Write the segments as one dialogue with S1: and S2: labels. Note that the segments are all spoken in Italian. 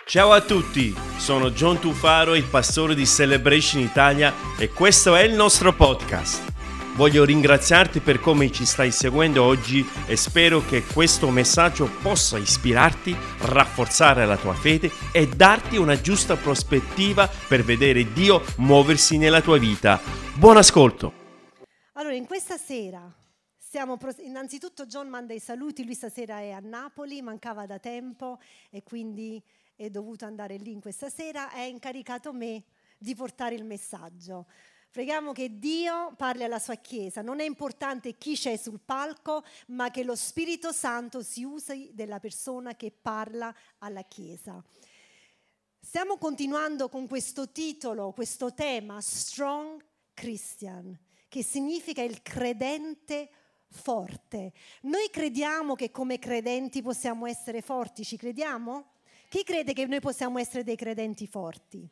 S1: Ciao a tutti, sono John Tufaro, il pastore di Celebration Italia e questo è il nostro podcast. Voglio ringraziarti per come ci stai seguendo oggi e spero che questo messaggio possa ispirarti, rafforzare la tua fede e darti una giusta prospettiva per vedere Dio muoversi nella tua vita. Buon ascolto!
S2: Allora, in questa sera innanzitutto John manda i saluti, lui stasera è a Napoli, mancava da tempo e quindi è dovuto andare lì in questa sera, ha incaricato me di portare il messaggio. Preghiamo che Dio parli alla sua Chiesa, non è importante chi c'è sul palco, ma che lo Spirito Santo si usi della persona che parla alla Chiesa. Stiamo continuando con questo titolo, questo tema, Strong Christian, che significa il credente forte. Noi crediamo che come credenti possiamo essere forti, ci crediamo? Chi crede che noi possiamo essere dei credenti forti?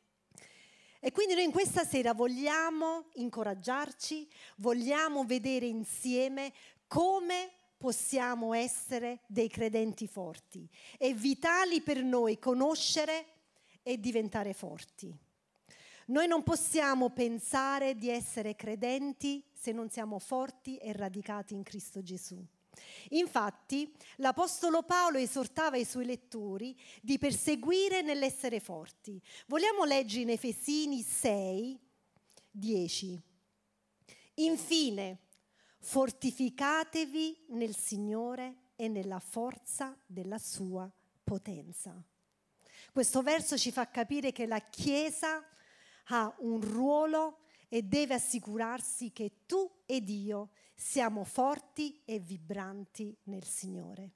S2: E quindi noi in questa sera vogliamo incoraggiarci, vogliamo vedere insieme come possiamo essere dei credenti forti. È vitale per noi conoscere e diventare forti. Noi non possiamo pensare di essere credenti se non siamo forti e radicati in Cristo Gesù. Infatti, l'Apostolo Paolo esortava i suoi lettori di perseguire nell'essere forti. Vogliamo leggere in Efesini 6, 10. Infine, fortificatevi nel Signore e nella forza della sua potenza. Questo verso ci fa capire che la Chiesa ha un ruolo e deve assicurarsi che tu ed io siamo forti e vibranti nel Signore.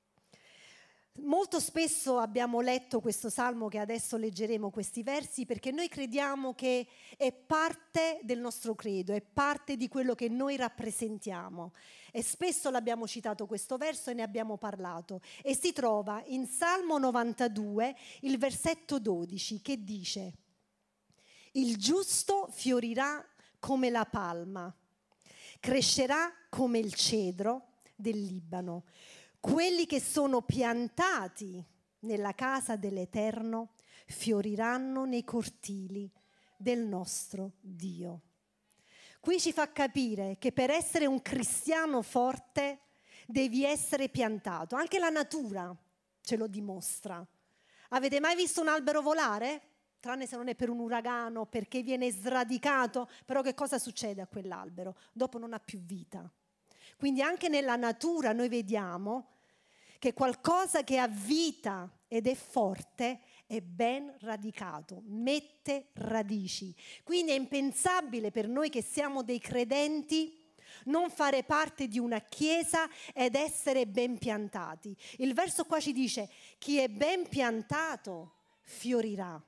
S2: Molto spesso abbiamo letto questo salmo che adesso leggeremo, questi versi, perché noi crediamo che è parte del nostro credo, è parte di quello che noi rappresentiamo. E spesso l'abbiamo citato questo verso e ne abbiamo parlato. E si trova in Salmo 92, il versetto 12, che dice: il giusto fiorirà come la palma, crescerà come il cedro del Libano. Quelli che sono piantati nella casa dell'Eterno fioriranno nei cortili del nostro Dio. Qui ci fa capire che per essere un cristiano forte devi essere piantato. Anche la natura ce lo dimostra. Avete mai visto un albero volare? Tranne se non è per un uragano, perché viene sradicato, però che cosa succede a quell'albero? Dopo non ha più vita. Quindi anche nella natura noi vediamo che qualcosa che ha vita ed è forte è ben radicato, mette radici. Quindi è impensabile per noi che siamo dei credenti non fare parte di una chiesa ed essere ben piantati. Il verso qua ci dice: chi è ben piantato fiorirà.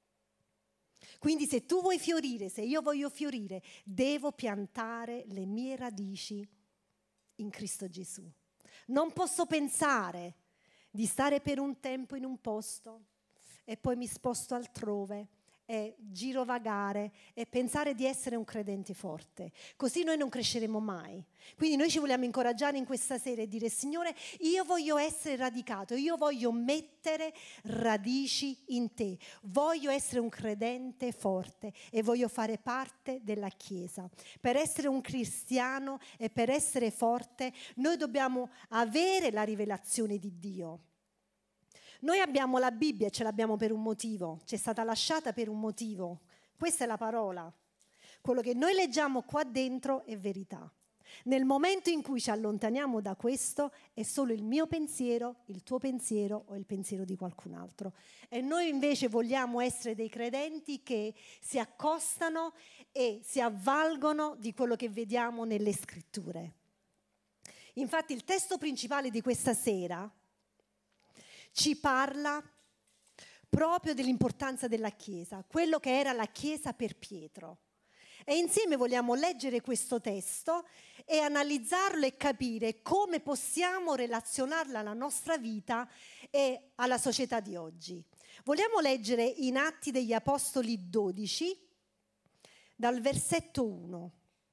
S2: Quindi se tu vuoi fiorire, se io voglio fiorire, devo piantare le mie radici in Cristo Gesù. Non posso pensare di stare per un tempo in un posto e poi mi sposto altrove e girovagare e pensare di essere un credente forte. Così noi non cresceremo mai. Quindi noi ci vogliamo incoraggiare in questa sera e dire: Signore, io voglio essere radicato, io voglio mettere radici in te, voglio essere un credente forte e voglio fare parte della Chiesa. Per essere un cristiano e per essere forte noi dobbiamo avere la rivelazione di Dio. Noi abbiamo la Bibbia e ce l'abbiamo per un motivo, ci è stata lasciata per un motivo. Questa è la parola. Quello che noi leggiamo qua dentro è verità. Nel momento in cui ci allontaniamo da questo è solo il mio pensiero, il tuo pensiero o il pensiero di qualcun altro. E noi invece vogliamo essere dei credenti che si accostano e si avvalgono di quello che vediamo nelle scritture. Infatti il testo principale di questa sera ci parla proprio dell'importanza della Chiesa, quello che era la Chiesa per Pietro. E insieme vogliamo leggere questo testo e analizzarlo e capire come possiamo relazionarlo alla nostra vita e alla società di oggi. Vogliamo leggere in Atti degli Apostoli 12, dal versetto 1.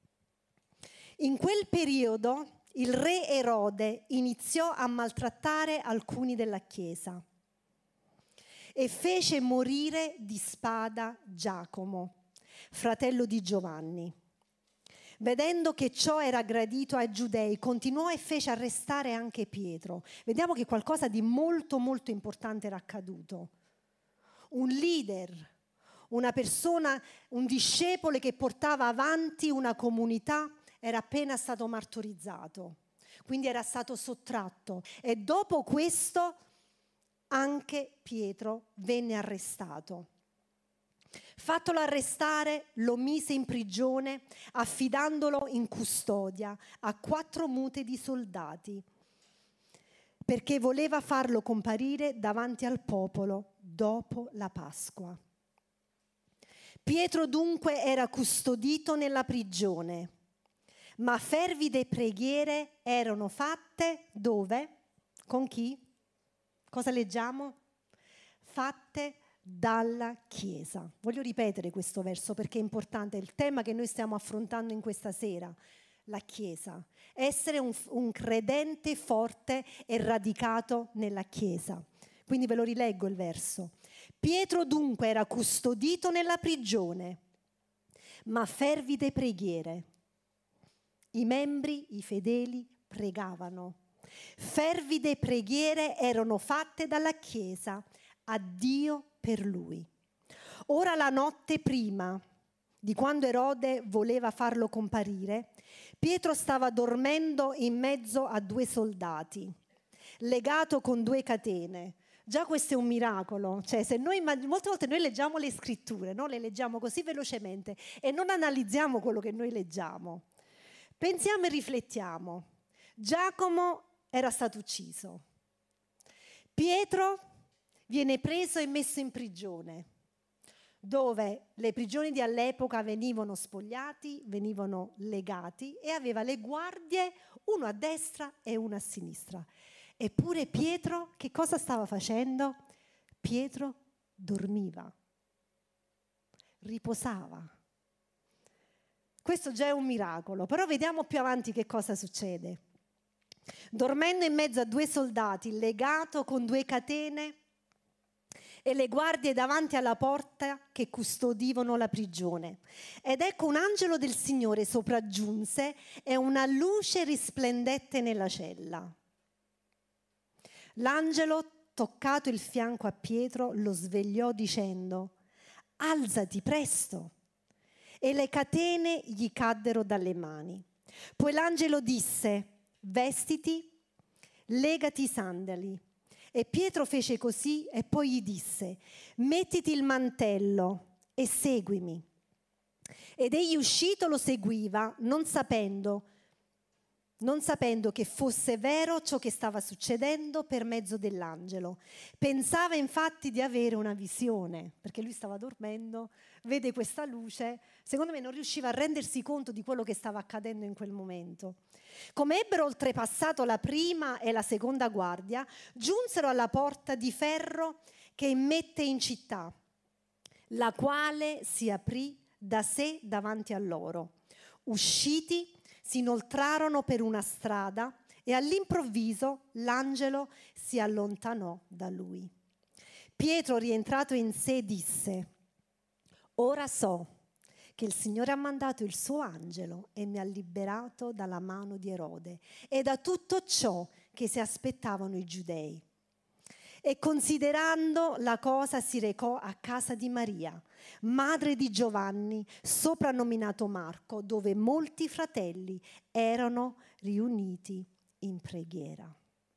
S2: In quel periodo il re Erode iniziò a maltrattare alcuni della Chiesa. e fece morire di spada Giacomo, fratello di Giovanni. Vedendo che ciò era gradito ai giudei, continuò e fece arrestare anche Pietro. Vediamo che qualcosa di molto molto importante era accaduto. Un leader, una persona, un discepolo che portava avanti una comunità era appena stato martorizzato, quindi era stato sottratto, e dopo questo anche Pietro venne arrestato. Fattolo arrestare, lo mise in prigione, affidandolo in custodia a 4 mute di soldati, perché voleva farlo comparire davanti al popolo dopo la Pasqua. Pietro dunque era custodito nella prigione, ma fervide preghiere erano fatte dove? Con chi? Cosa leggiamo? Fatte dalla Chiesa. Voglio ripetere questo verso perché è importante, è il tema che noi stiamo affrontando in questa sera, la Chiesa. Essere un credente forte e radicato nella Chiesa. Quindi ve lo rileggo il verso. Pietro dunque era custodito nella prigione, ma fervide preghiere. I membri, i fedeli, pregavano. Fervide preghiere erano fatte dalla Chiesa a Dio per lui. Ora la notte prima di quando Erode voleva farlo comparire, Pietro stava dormendo in mezzo a 2 soldati, legato con 2 catene. Già questo è un miracolo, cioè se noi, molte volte noi leggiamo le scritture, no? Le leggiamo così velocemente e non analizziamo quello che noi leggiamo. Pensiamo e riflettiamo. Giacomo era stato ucciso. Pietro viene preso e messo in prigione, dove le prigioni di all'epoca venivano spogliati, venivano legati e aveva le guardie, uno a destra e uno a sinistra. Eppure Pietro che cosa stava facendo? Pietro dormiva, riposava. Questo già è un miracolo, però vediamo più avanti che cosa succede. Dormendo in mezzo a 2 soldati, legato con 2 catene, e le guardie davanti alla porta che custodivano la prigione. Ed ecco un angelo del Signore sopraggiunse e una luce risplendette nella cella. L'angelo, toccato il fianco a Pietro, lo svegliò dicendo: alzati presto. E le catene gli caddero dalle mani. Poi l'angelo disse: vestiti, legati i sandali. E Pietro fece così e poi gli disse: mettiti il mantello e seguimi. Ed egli uscito lo seguiva, non sapendo che fosse vero ciò che stava succedendo per mezzo dell'angelo. Pensava infatti di avere una visione, perché lui stava dormendo, vede questa luce, secondo me non riusciva a rendersi conto di quello che stava accadendo in quel momento. Come ebbero oltrepassato la prima e la seconda guardia, giunsero alla porta di ferro che immette in città, la quale si aprì da sé davanti a loro. Usciti, si inoltrarono per una strada e all'improvviso l'angelo si allontanò da lui. Pietro, rientrato in sé, disse: ora so che il Signore ha mandato il suo angelo e mi ha liberato dalla mano di Erode e da tutto ciò che si aspettavano i giudei. E considerando la cosa si recò a casa di Maria, madre di Giovanni, soprannominato Marco, dove molti fratelli erano riuniti in preghiera.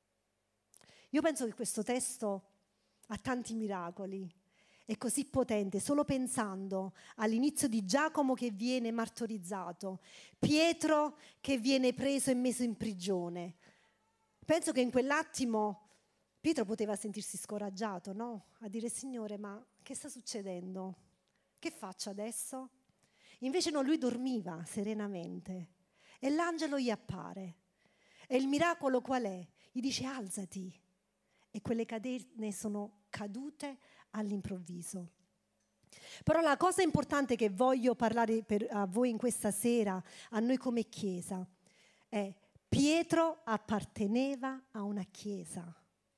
S2: Io penso che questo testo ha tanti miracoli, è così potente, solo pensando all'inizio di Giacomo che viene martorizzato, Pietro che viene preso e messo in prigione. Penso che in quell'attimo Pietro poteva sentirsi scoraggiato, no? A dire: Signore, ma che sta succedendo? Che faccio adesso? Invece no, lui dormiva serenamente e l'angelo gli appare. E il miracolo qual è? Gli dice: alzati. E quelle catene sono cadute all'improvviso. Però la cosa importante che voglio parlare a voi in questa sera, a noi come Chiesa, è: Pietro apparteneva a una Chiesa.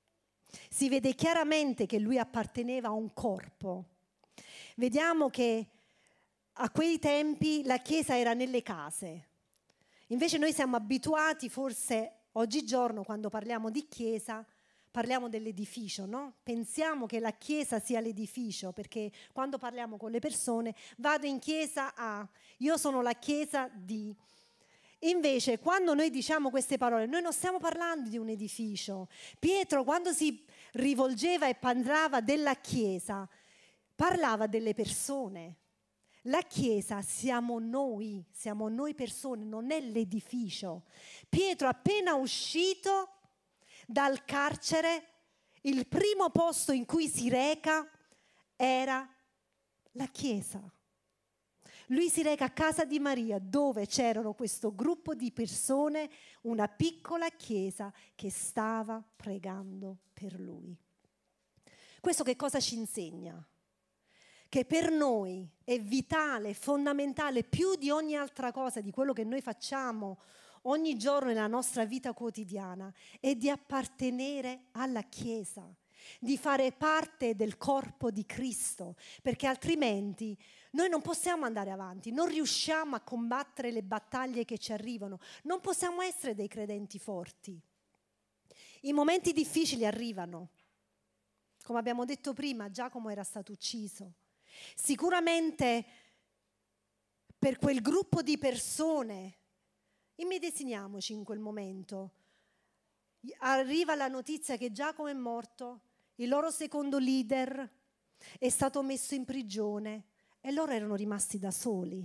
S2: Si vede chiaramente che lui apparteneva a un corpo. Vediamo che a quei tempi la chiesa era nelle case. Invece noi siamo abituati, forse oggigiorno, quando parliamo di chiesa, parliamo dell'edificio, no? Pensiamo che la chiesa sia l'edificio, perché quando parliamo con le persone, vado in chiesa io sono la chiesa di... Invece, quando noi diciamo queste parole, noi non stiamo parlando di un edificio. Pietro, quando si rivolgeva e parlava della chiesa, parlava delle persone. La chiesa siamo noi persone, non è l'edificio. Pietro, appena uscito dal carcere, il primo posto in cui si reca era la chiesa. Lui si reca a casa di Maria, dove c'erano questo gruppo di persone, una piccola chiesa che stava pregando per lui. Questo che cosa ci insegna? Che per noi è vitale, fondamentale, più di ogni altra cosa, di quello che noi facciamo ogni giorno nella nostra vita quotidiana, è di appartenere alla Chiesa, di fare parte del corpo di Cristo, perché altrimenti noi non possiamo andare avanti, non riusciamo a combattere le battaglie che ci arrivano, non possiamo essere dei credenti forti. I momenti difficili arrivano. Come abbiamo detto prima, Giacomo era stato ucciso. Sicuramente per quel gruppo di persone, immedesimiamoci in quel momento, arriva la notizia che Giacomo è morto, il loro secondo leader è stato messo in prigione e loro erano rimasti da soli.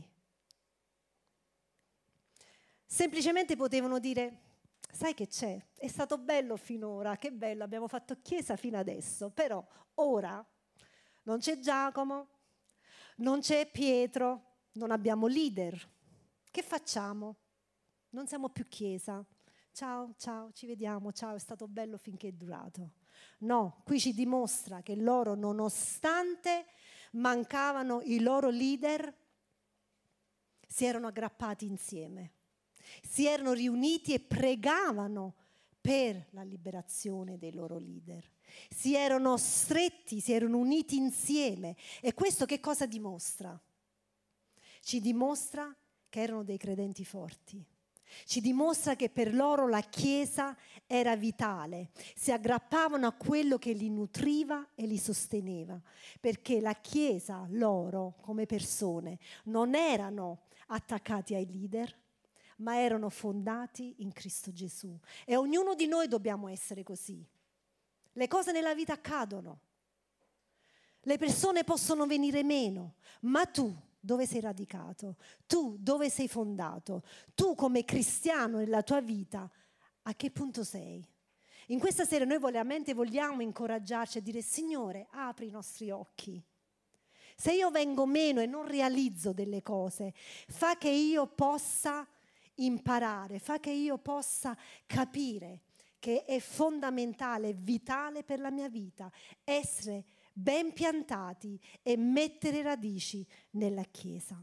S2: Semplicemente potevano dire: sai che c'è? È stato bello finora, che bello, abbiamo fatto chiesa fino adesso, però ora non c'è Giacomo, non c'è Pietro, non abbiamo leader. Che facciamo? Non siamo più chiesa. Ciao, ciao, ci vediamo, ciao, è stato bello finché è durato. No, qui ci dimostra che loro, nonostante mancavano i loro leader, si erano aggrappati insieme, si erano riuniti e pregavano per la liberazione dei loro leader. Si erano stretti, si erano uniti insieme. E questo che cosa dimostra? Ci dimostra che erano dei credenti forti. Ci dimostra che per loro la Chiesa era vitale, si aggrappavano a quello che li nutriva e li sosteneva, perché la Chiesa, loro come persone, non erano attaccati ai leader, ma erano fondati in Cristo Gesù. E ognuno di noi dobbiamo essere così. Le cose nella vita accadono, le persone possono venire meno, ma tu dove sei radicato? Tu dove sei fondato? Tu come cristiano nella tua vita, a che punto sei? In questa sera noi veramente vogliamo incoraggiarci a dire: Signore, apri i nostri occhi. Se io vengo meno e non realizzo delle cose, fa che io possa imparare, fa che io possa capire che è fondamentale, vitale per la mia vita essere ben piantati e mettere radici nella Chiesa.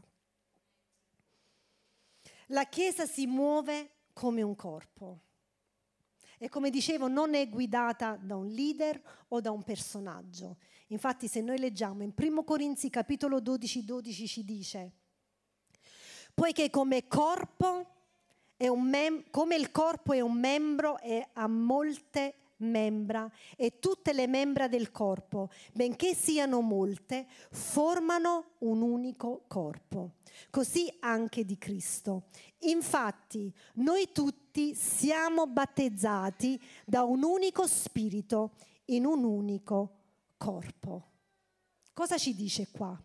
S2: La Chiesa si muove come un corpo e, come dicevo, non è guidata da un leader o da un personaggio. Infatti, se noi leggiamo in 1 Corinzi capitolo 12 ci dice: poiché come corpo come il corpo è un membro e ha molte membra, e tutte le membra del corpo, benché siano molte, formano un unico corpo. Così anche di Cristo. Infatti, noi tutti siamo battezzati da un unico spirito in un unico corpo. Cosa ci dice qua?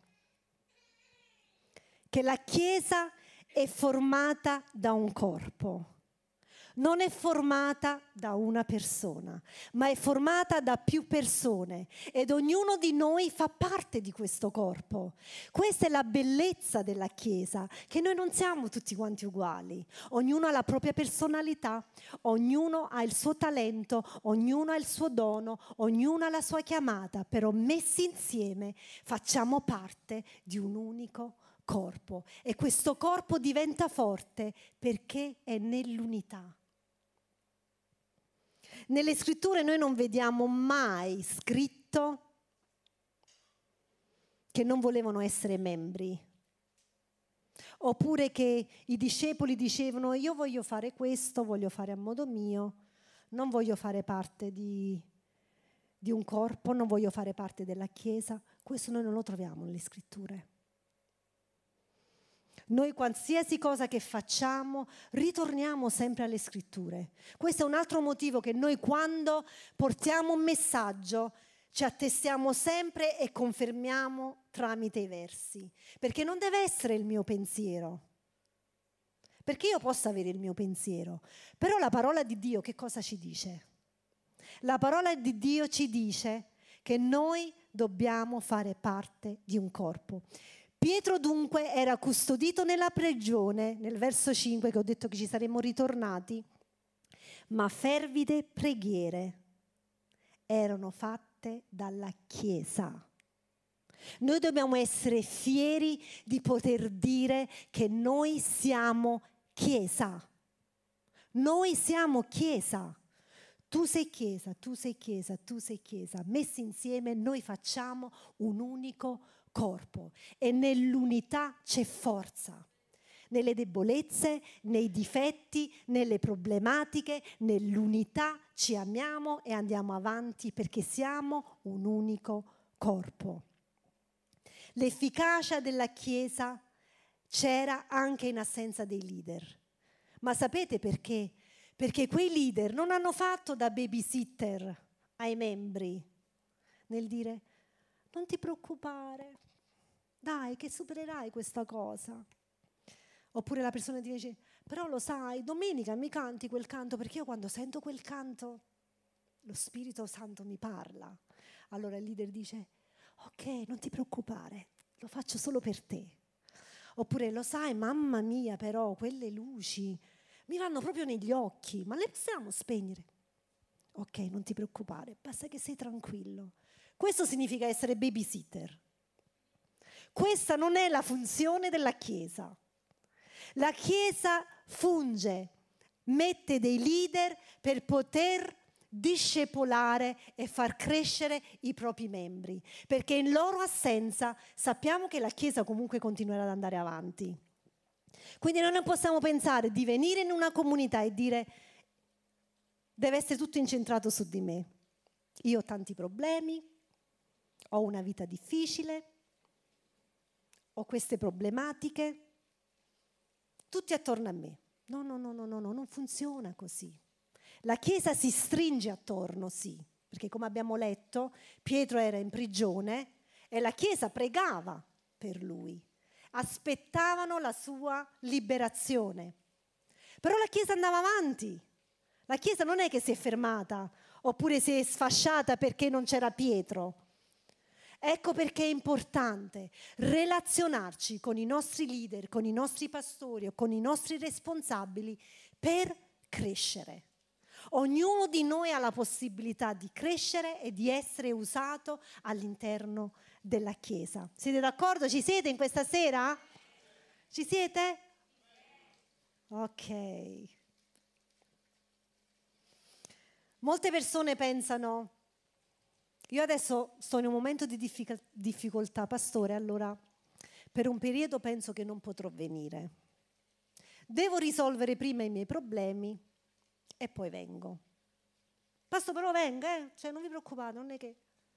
S2: Che la Chiesa è formata da un corpo. Non è formata da una persona, ma è formata da più persone ed ognuno di noi fa parte di questo corpo. Questa è la bellezza della Chiesa, che noi non siamo tutti quanti uguali. Ognuno ha la propria personalità, ognuno ha il suo talento, ognuno ha il suo dono, ognuno ha la sua chiamata, però messi insieme facciamo parte di un unico corpo. E questo corpo diventa forte perché è nell'unità. Nelle scritture noi non vediamo mai scritto che non volevano essere membri, oppure che i discepoli dicevano io voglio fare questo, voglio fare a modo mio, non voglio fare parte di un corpo, non voglio fare parte della Chiesa. Questo noi non lo troviamo nelle scritture. Noi qualsiasi cosa che facciamo ritorniamo sempre alle scritture. Questo è un altro motivo che noi quando portiamo un messaggio ci attestiamo sempre e confermiamo tramite i versi, perché non deve essere il mio pensiero, perché io posso avere il mio pensiero, però la parola di Dio che cosa ci dice? La parola di Dio ci dice che noi dobbiamo fare parte di un corpo. Pietro dunque era custodito nella prigione, nel verso 5 che ho detto che ci saremmo ritornati, ma fervide preghiere erano fatte dalla Chiesa. Noi dobbiamo essere fieri di poter dire che noi siamo Chiesa. Noi siamo Chiesa. Tu sei Chiesa, tu sei Chiesa, tu sei Chiesa. Messi insieme noi facciamo un unico corpo e nell'unità c'è forza. Nelle debolezze, nei difetti, nelle problematiche, nell'unità ci amiamo e andiamo avanti perché siamo un unico corpo. L'efficacia della Chiesa c'era anche in assenza dei leader. Ma sapete perché? Perché quei leader non hanno fatto da babysitter ai membri nel dire non ti preoccupare, dai che supererai questa cosa. Oppure la persona ti dice però lo sai, domenica mi canti quel canto perché io quando sento quel canto lo Spirito Santo mi parla. Allora il leader dice ok, non ti preoccupare, lo faccio solo per te. Oppure lo sai, mamma mia però quelle luci mi vanno proprio negli occhi, ma le possiamo spegnere? Ok, non ti preoccupare, basta che sei tranquillo. Questo significa essere babysitter. Questa non è la funzione della Chiesa. La Chiesa funge, mette dei leader per poter discepolare e far crescere i propri membri, perché in loro assenza sappiamo che la Chiesa comunque continuerà ad andare avanti. Quindi noi non possiamo pensare di venire in una comunità e dire deve essere tutto incentrato su di me. Io ho tanti problemi, ho una vita difficile, ho queste problematiche, tutti attorno a me. No, non funziona così. La Chiesa si stringe attorno, sì, perché come abbiamo letto, Pietro era in prigione e la Chiesa pregava per lui. Aspettavano la sua liberazione. Però la Chiesa andava avanti. La Chiesa non è che si è fermata oppure si è sfasciata perché non c'era Pietro. Ecco perché è importante relazionarci con i nostri leader, con i nostri pastori o con i nostri responsabili per crescere. Ognuno di noi ha la possibilità di crescere e di essere usato all'interno della Chiesa. Siete d'accordo? Ci siete in questa sera? Ci siete? Ok. Molte persone pensano, io adesso sto in un momento di difficoltà, pastore, allora per un periodo penso che non potrò venire. Devo risolvere prima i miei problemi e poi vengo. Pastore, però venga, cioè non vi preoccupate, non è che...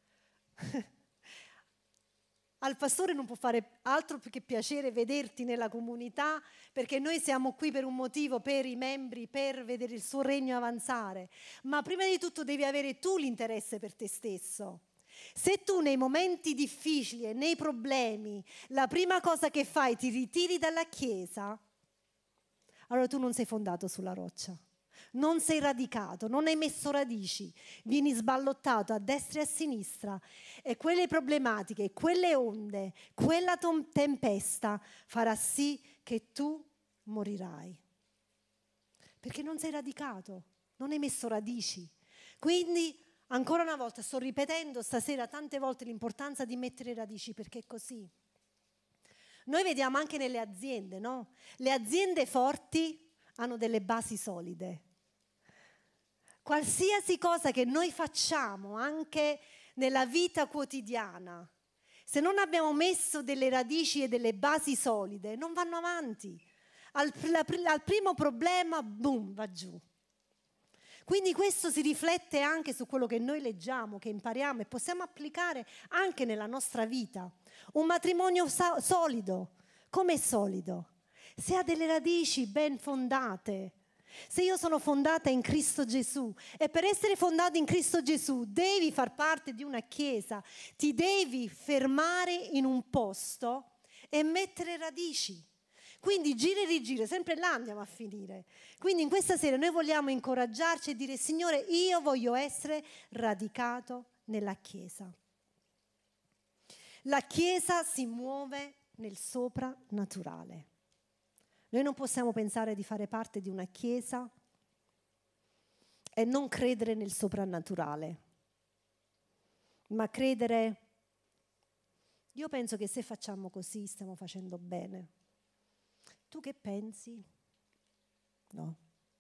S2: Al pastore non può fare altro che piacere vederti nella comunità, perché noi siamo qui per un motivo, per i membri, per vedere il suo regno avanzare. Ma prima di tutto devi avere tu l'interesse per te stesso. Se tu nei momenti difficili e nei problemi, la prima cosa che fai ti ritiri dalla Chiesa, allora tu non sei fondato sulla roccia. Non sei radicato, non hai messo radici, vieni sballottato a destra e a sinistra e quelle problematiche, quelle onde, quella tempesta farà sì che tu morirai. Perché non sei radicato, non hai messo radici. Quindi, ancora una volta, sto ripetendo stasera tante volte l'importanza di mettere radici, perché è così. Noi vediamo anche nelle aziende, no? Le aziende forti hanno delle basi solide. Qualsiasi cosa che noi facciamo, anche nella vita quotidiana, se non abbiamo messo delle radici e delle basi solide, non vanno avanti. Al primo problema, boom, va giù. Quindi questo si riflette anche su quello che noi leggiamo, che impariamo e possiamo applicare anche nella nostra vita. Un matrimonio solido, come è solido? Se ha delle radici ben fondate. Se io sono fondata in Cristo Gesù, e per essere fondato in Cristo Gesù devi far parte di una chiesa, ti devi fermare in un posto e mettere radici. Quindi gira e rigira, sempre là andiamo a finire. Quindi in questa sera noi vogliamo incoraggiarci e dire: Signore, io voglio essere radicato nella chiesa. La chiesa si muove nel soprannaturale. Noi non possiamo pensare di fare parte di una chiesa e non credere nel soprannaturale, ma credere, io penso che se facciamo così stiamo facendo bene. Tu che pensi? No.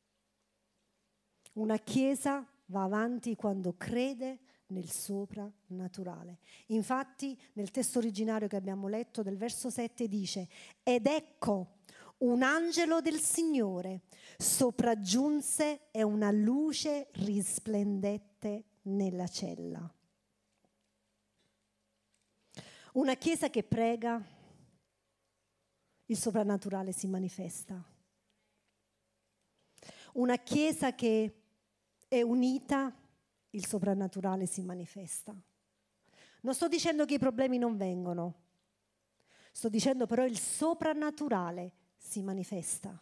S2: Una chiesa va avanti quando crede nel soprannaturale. Infatti nel testo originario che abbiamo letto del verso 7 dice: ed ecco un angelo del Signore sopraggiunse e una luce risplendette nella cella. Una chiesa che prega, il soprannaturale si manifesta. Una chiesa che è unita, il soprannaturale si manifesta. Non sto dicendo che i problemi non vengono, sto dicendo però il soprannaturale si manifesta.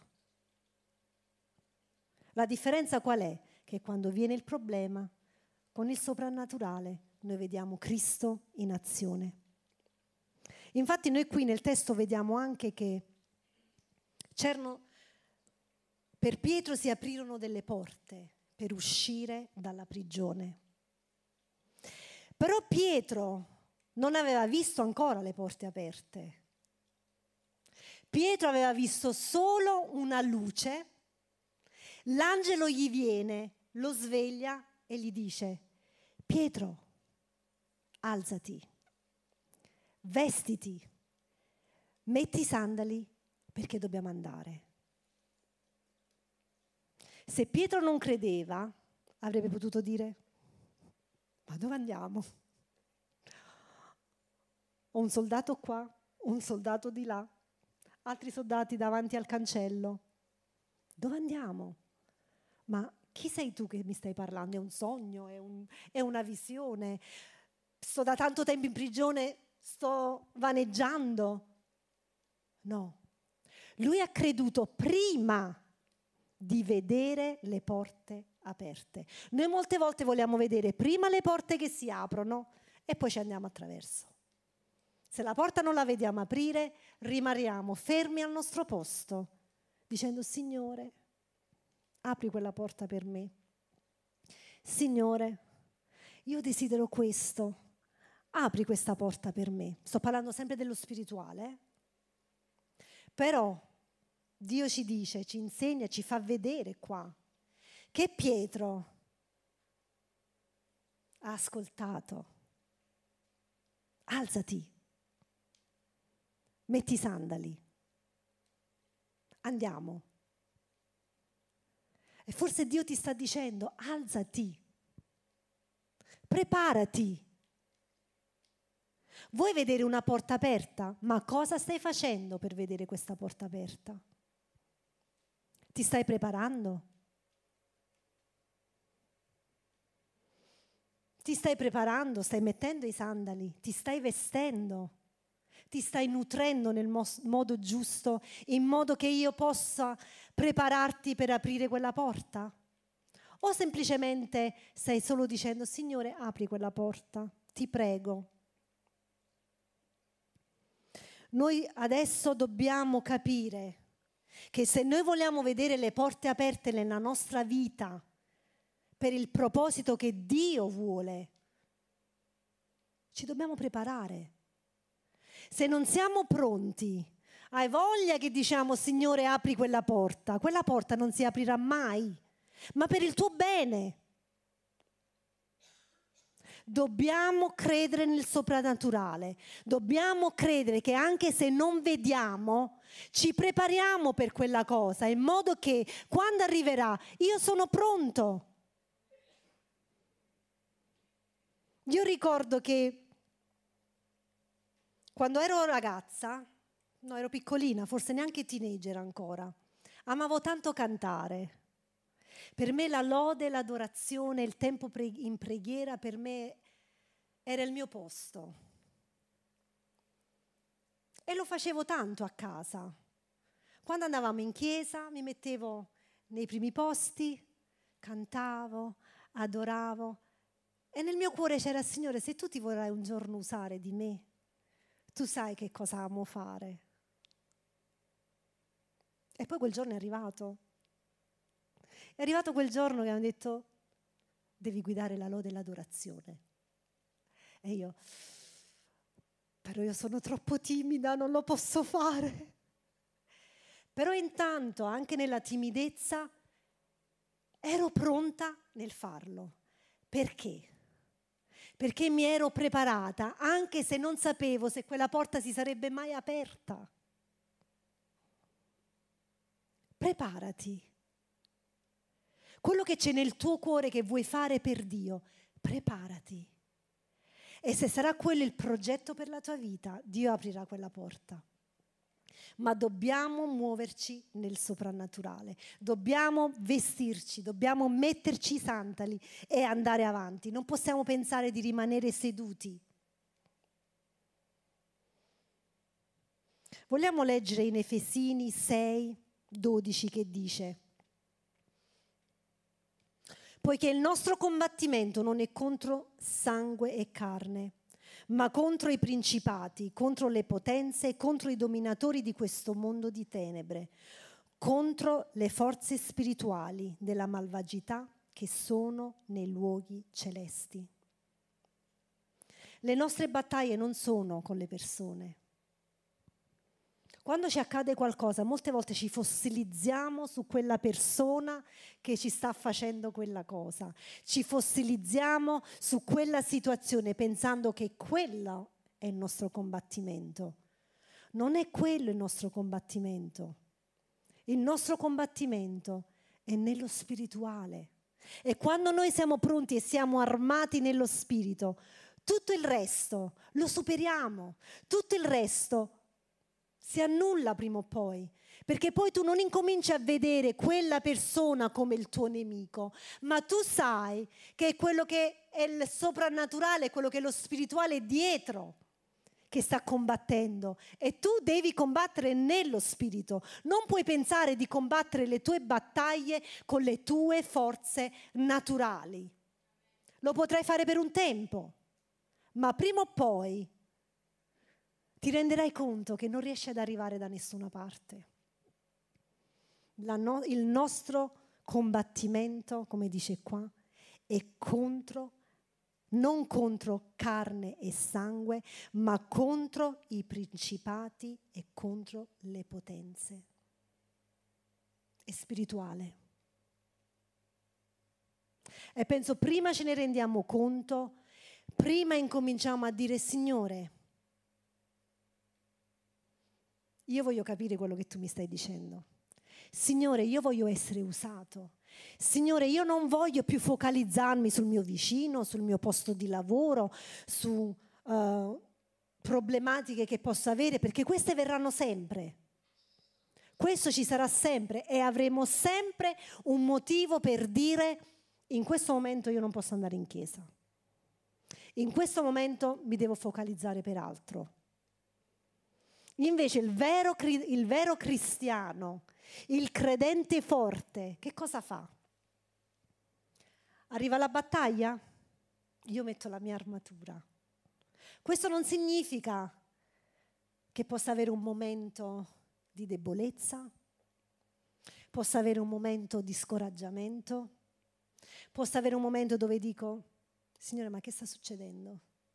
S2: La differenza qual è? Che quando viene il problema, con il soprannaturale noi vediamo Cristo in azione. Infatti noi qui nel testo vediamo anche che per Pietro si aprirono delle porte per uscire dalla prigione. Però Pietro non aveva visto ancora le porte aperte. Pietro aveva visto solo una luce, l'angelo gli viene, lo sveglia e gli dice: Pietro, alzati, vestiti, metti i sandali perché dobbiamo andare. Se Pietro non credeva, avrebbe potuto dire: ma dove andiamo? Ho un soldato qua, un soldato di là, altri soldati davanti al cancello. Dove andiamo? Ma chi sei tu che mi stai parlando? È un sogno, è una visione. Sto da tanto tempo in prigione, sto vaneggiando. No, lui ha creduto prima di vedere le porte aperte. Noi molte volte vogliamo vedere prima le porte che si aprono e poi ci andiamo attraverso. Se la porta non la vediamo aprire, rimaniamo fermi al nostro posto, dicendo: Signore, apri quella porta per me. Signore, io desidero questo, apri questa porta per me. Sto parlando sempre dello spirituale, però Dio ci dice, ci insegna, ci fa vedere qua che Pietro ha ascoltato. Alzati, metti i sandali, andiamo. E forse Dio ti sta dicendo: alzati, preparati. Vuoi vedere una porta aperta? Ma cosa stai facendo per vedere questa porta aperta? Ti stai preparando? Ti stai preparando, stai mettendo i sandali, ti stai vestendo, ti stai nutrendo nel modo giusto, in modo che io possa prepararti per aprire quella porta? O semplicemente stai solo dicendo: Signore, apri quella porta, ti prego. Noi adesso dobbiamo capire che se noi vogliamo vedere le porte aperte nella nostra vita per il proposito che Dio vuole, ci dobbiamo preparare. Se non siamo pronti, hai voglia che diciamo: Signore, apri quella porta non si aprirà mai, ma per il tuo bene. Dobbiamo credere nel soprannaturale, dobbiamo credere che anche se non vediamo, ci prepariamo per quella cosa, in modo che quando arriverà, io sono pronto. Io ricordo che quando ero ragazza, no, ero piccolina, forse neanche teenager ancora, amavo tanto cantare. Per me la lode, l'adorazione, il tempo in preghiera, per me era il mio posto. E lo facevo tanto a casa. Quando andavamo in chiesa mi mettevo nei primi posti, cantavo, adoravo. E nel mio cuore c'era: Signore, se tu ti vorrai un giorno usare di me, tu sai che cosa amo fare. E poi quel giorno è arrivato. È arrivato quel giorno che hanno detto: devi guidare la lode e l'adorazione. E io, però io sono troppo timida, non lo posso fare. Però intanto, anche nella timidezza, ero pronta nel farlo. Perché? Perché mi ero preparata, anche se non sapevo se quella porta si sarebbe mai aperta. Preparati. Quello che c'è nel tuo cuore che vuoi fare per Dio, preparati. E se sarà quello il progetto per la tua vita, Dio aprirà quella porta. Ma dobbiamo muoverci nel soprannaturale, dobbiamo vestirci, dobbiamo metterci i sandali e andare avanti. Non possiamo pensare di rimanere seduti. Vogliamo leggere in Efesini 6:12 che dice: poiché il nostro combattimento non è contro sangue e carne, ma contro i principati, contro le potenze, contro i dominatori di questo mondo di tenebre, contro le forze spirituali della malvagità che sono nei luoghi celesti. Le nostre battaglie non sono con le persone. Quando ci accade qualcosa, molte volte ci fossilizziamo su quella persona che ci sta facendo quella cosa. Ci fossilizziamo su quella situazione pensando che quello è il nostro combattimento. Non è quello il nostro combattimento. Il nostro combattimento è nello spirituale. E quando noi siamo pronti e siamo armati nello spirito, tutto il resto lo superiamo. Tutto il resto si annulla prima o poi, perché poi tu non incominci a vedere quella persona come il tuo nemico, ma tu sai che è quello che è il soprannaturale, quello che è lo spirituale dietro che sta combattendo, e tu devi combattere nello spirito. Non puoi pensare di combattere le tue battaglie con le tue forze naturali. Lo potrai fare per un tempo, ma prima o poi ti renderai conto che non riesci ad arrivare da nessuna parte. Il nostro combattimento, come dice qua, è non contro carne e sangue, ma contro i principati e contro le potenze. È spirituale. E penso prima ce ne rendiamo conto, prima incominciamo a dire: Signore, io voglio capire quello che tu mi stai dicendo. Signore, io voglio essere usato. Signore, io non voglio più focalizzarmi sul mio vicino, sul mio posto di lavoro, su problematiche che posso avere, perché queste verranno sempre. Questo ci sarà sempre e avremo sempre un motivo per dire: in questo momento io non posso andare in chiesa. In questo momento mi devo focalizzare per altro. Invece il vero cristiano, il credente forte, che cosa fa? Arriva la battaglia? Io metto la mia armatura. Questo non significa che possa avere un momento di debolezza, possa avere un momento di scoraggiamento, possa avere un momento dove dico: Signore, ma che sta succedendo?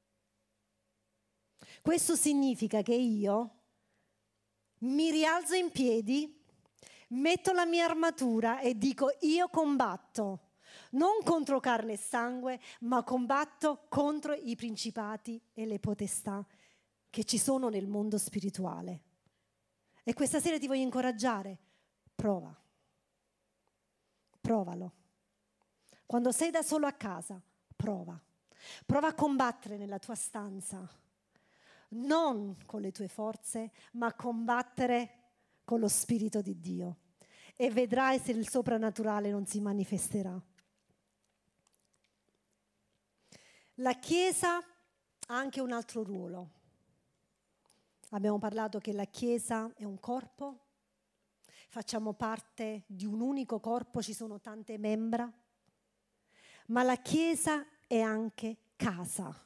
S2: Questo significa che io mi rialzo in piedi, metto la mia armatura e dico: io combatto. non contro carne e sangue, ma combatto contro i principati e le potestà che ci sono nel mondo spirituale. E questa sera ti voglio incoraggiare, provalo. Quando sei da solo a casa, prova a combattere nella tua stanza, non con le tue forze, ma combattere con lo Spirito di Dio, e vedrai se il soprannaturale non si manifesterà. La Chiesa ha anche un altro ruolo. Abbiamo parlato che la Chiesa è un corpo, facciamo parte di un unico corpo, ci sono tante membra, ma la Chiesa è anche casa.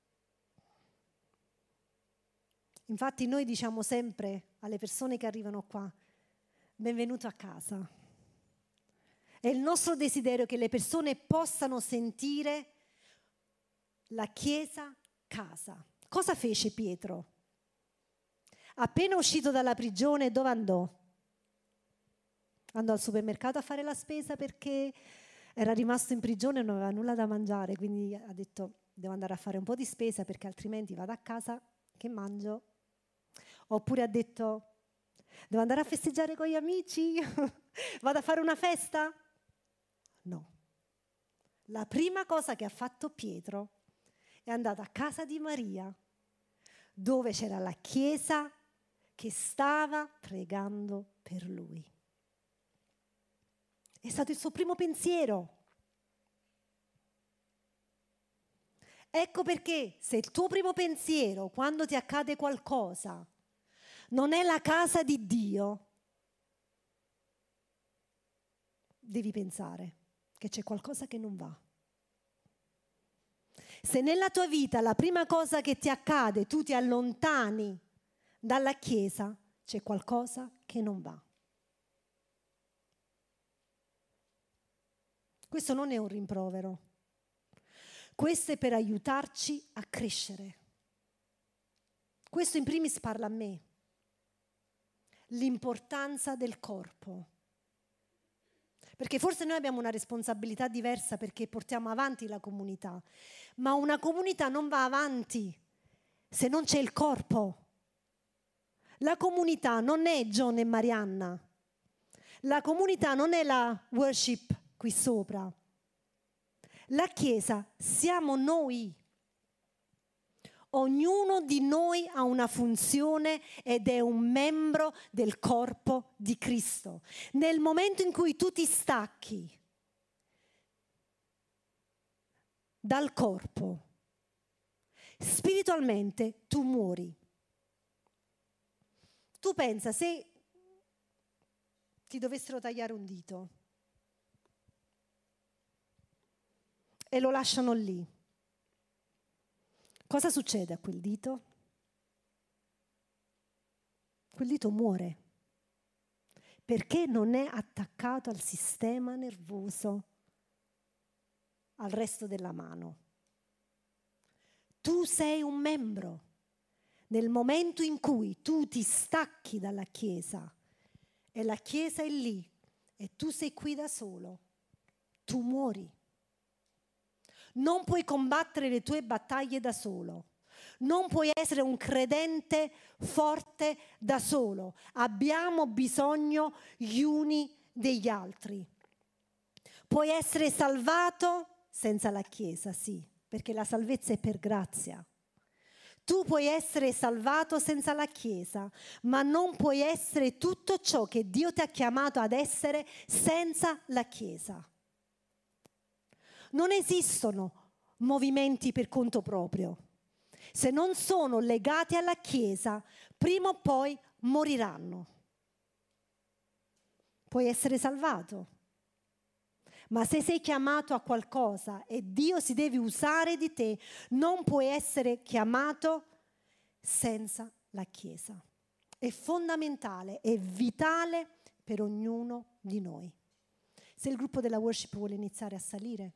S2: Infatti noi diciamo sempre alle persone che arrivano qua, benvenuto a casa. È il nostro desiderio che le persone possano sentire la Chiesa casa. Cosa fece Pietro? Appena uscito dalla prigione, dove andò? Andò al supermercato a fare la spesa perché era rimasto in prigione e non aveva nulla da mangiare, quindi ha detto devo andare a fare un po' di spesa perché altrimenti vado a casa che mangio. Oppure ha detto devo andare a festeggiare con gli amici, vado a fare una festa? No. La prima cosa che ha fatto Pietro è andato a casa di Maria, dove c'era la Chiesa che stava pregando per lui. È stato il suo primo pensiero. Ecco perché se il tuo primo pensiero, quando ti accade qualcosa, non è la casa di Dio, devi pensare che c'è qualcosa che non va. Se nella tua vita la prima cosa che ti accade, tu ti allontani dalla Chiesa, c'è qualcosa che non va. Questo non è un rimprovero. Questo è per aiutarci a crescere. Questo in primis parla a me. L'importanza del corpo. Perché forse noi abbiamo una responsabilità diversa perché portiamo avanti la comunità, ma una comunità non va avanti se non c'è il corpo. La comunità non è John e Marianna. La comunità non è la worship qui sopra. La Chiesa siamo noi. Ognuno di noi ha una funzione ed è un membro del corpo di Cristo. Nel momento in cui tu ti stacchi dal corpo, spiritualmente tu muori. Tu pensa, se ti dovessero tagliare un dito e lo lasciano lì, cosa succede a quel dito? Quel dito muore perché non è attaccato al sistema nervoso, al resto della mano. Tu sei un membro. Nel momento in cui tu ti stacchi dalla Chiesa e la Chiesa è lì e tu sei qui da solo, tu muori. Non puoi combattere le tue battaglie da solo. Non puoi essere un credente forte da solo. Abbiamo bisogno gli uni degli altri. Puoi essere salvato senza la Chiesa, sì, perché la salvezza è per grazia. Tu puoi essere salvato senza la Chiesa, ma non puoi essere tutto ciò che Dio ti ha chiamato ad essere senza la Chiesa. Non esistono movimenti per conto proprio. Se non sono legati alla Chiesa, prima o poi moriranno. Puoi essere salvato, ma se sei chiamato a qualcosa e Dio si deve usare di te, non puoi essere chiamato senza la Chiesa. È fondamentale, è vitale per ognuno di noi. Se il gruppo della worship vuole iniziare a salire.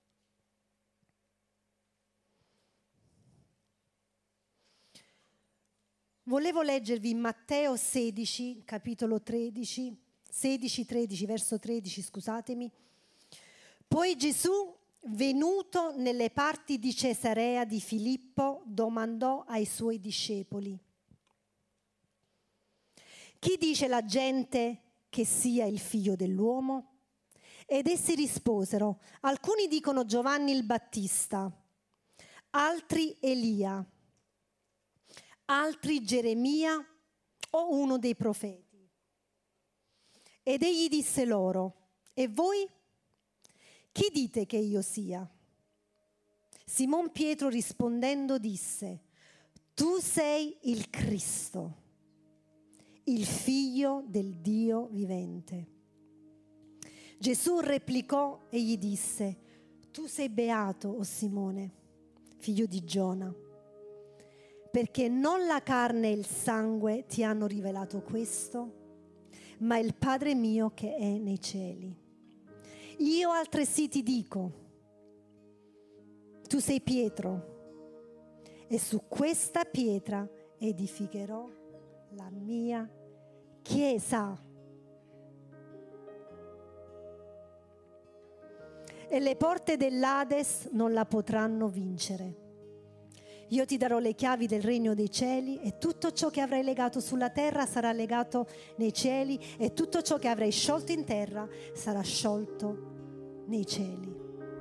S2: Volevo leggervi in Matteo 16, capitolo 13, 16, 13, verso 13, scusatemi. Poi Gesù, venuto nelle parti di Cesarea di Filippo, domandò ai suoi discepoli: chi dice la gente che sia il figlio dell'uomo? Ed essi risposero: alcuni dicono Giovanni il Battista, altri Elia, altri Geremia o uno dei profeti. Ed egli disse loro: e voi? Chi dite che io sia? Simon Pietro rispondendo disse: tu sei il Cristo, il figlio del Dio vivente. Gesù replicò e gli disse: tu sei beato, o Simone, figlio di Giona, perché non la carne e il sangue ti hanno rivelato questo, ma il Padre mio che è nei cieli. Io altresì ti dico: tu sei Pietro, e su questa pietra edificherò la mia chiesa. E le porte dell'Ades non la potranno vincere. Io ti darò le chiavi del regno dei cieli, e tutto ciò che avrai legato sulla terra sarà legato nei cieli, e tutto ciò che avrai sciolto in terra sarà sciolto nei cieli.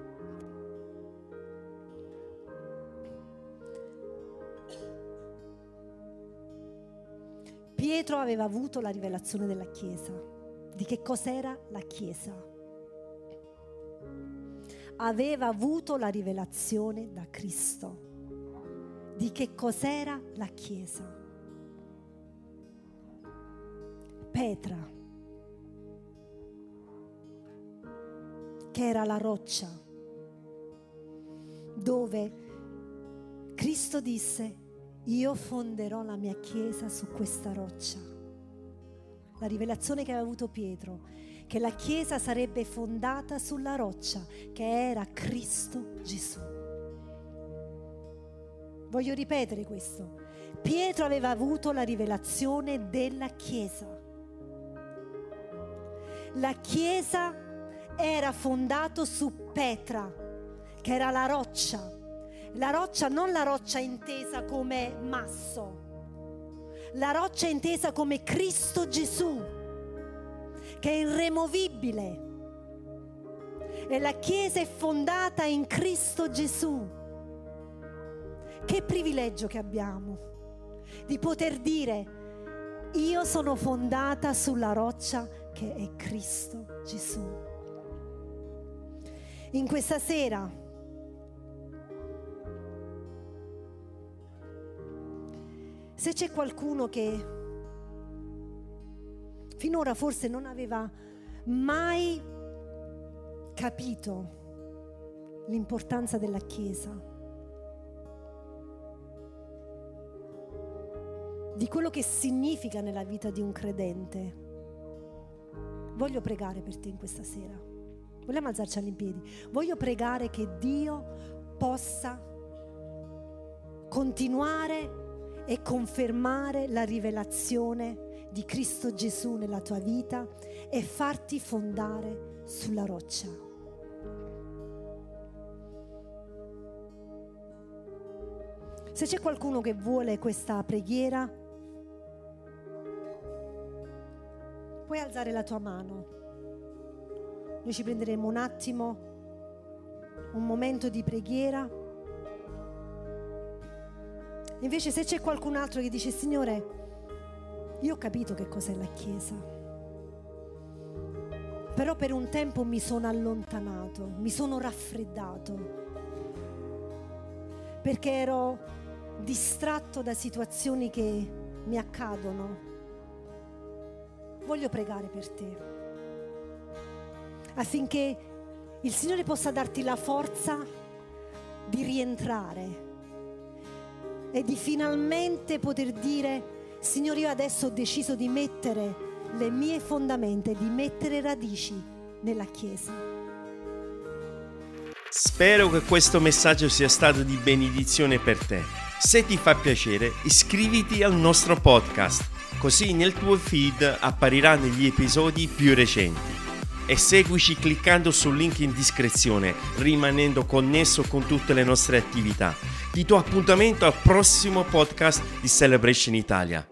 S2: Pietro aveva avuto la rivelazione della Chiesa. Di che cos'era la Chiesa? Aveva avuto la rivelazione da Cristo. Di che cos'era la Chiesa? Petra, che era la roccia, dove Cristo disse: io fonderò la mia Chiesa su questa roccia. La rivelazione che aveva avuto Pietro, che la Chiesa sarebbe fondata sulla roccia, che era Cristo Gesù. Voglio ripetere questo. Pietro aveva avuto la rivelazione della Chiesa. La Chiesa era fondata su Petra, che era la roccia. La roccia, non la roccia intesa come masso, la roccia intesa come Cristo Gesù, che è irremovibile. E la Chiesa è fondata in Cristo Gesù. Che privilegio che abbiamo di poter dire: io sono fondata sulla roccia che è Cristo Gesù. In questa sera se c'è qualcuno che finora forse non aveva mai capito l'importanza della Chiesa, di quello che significa nella vita di un credente, voglio pregare per te in questa sera. Vogliamo alzarci all'impiedi? Voglio pregare che Dio possa continuare e confermare la rivelazione di Cristo Gesù nella tua vita e farti fondare sulla roccia. Se c'è qualcuno che vuole questa preghiera, puoi alzare la tua mano. Noi ci prenderemo un attimo, un momento di preghiera. Invece se c'è qualcun altro che dice: Signore, io ho capito che cos'è la Chiesa, però per un tempo mi sono allontanato, mi sono raffreddato, perché ero distratto da situazioni che mi accadono. Voglio pregare per te, affinché il Signore possa darti la forza di rientrare e di finalmente poter dire: Signore, io adesso ho deciso di mettere le mie fondamenta e di mettere radici nella Chiesa.
S1: Spero che questo messaggio sia stato di benedizione per te. Se ti fa piacere, iscriviti al nostro podcast, così nel tuo feed appariranno gli episodi più recenti. e seguici cliccando sul link in descrizione, rimanendo connesso con tutte le nostre attività. Ti do appuntamento al prossimo podcast di Celebration Italia.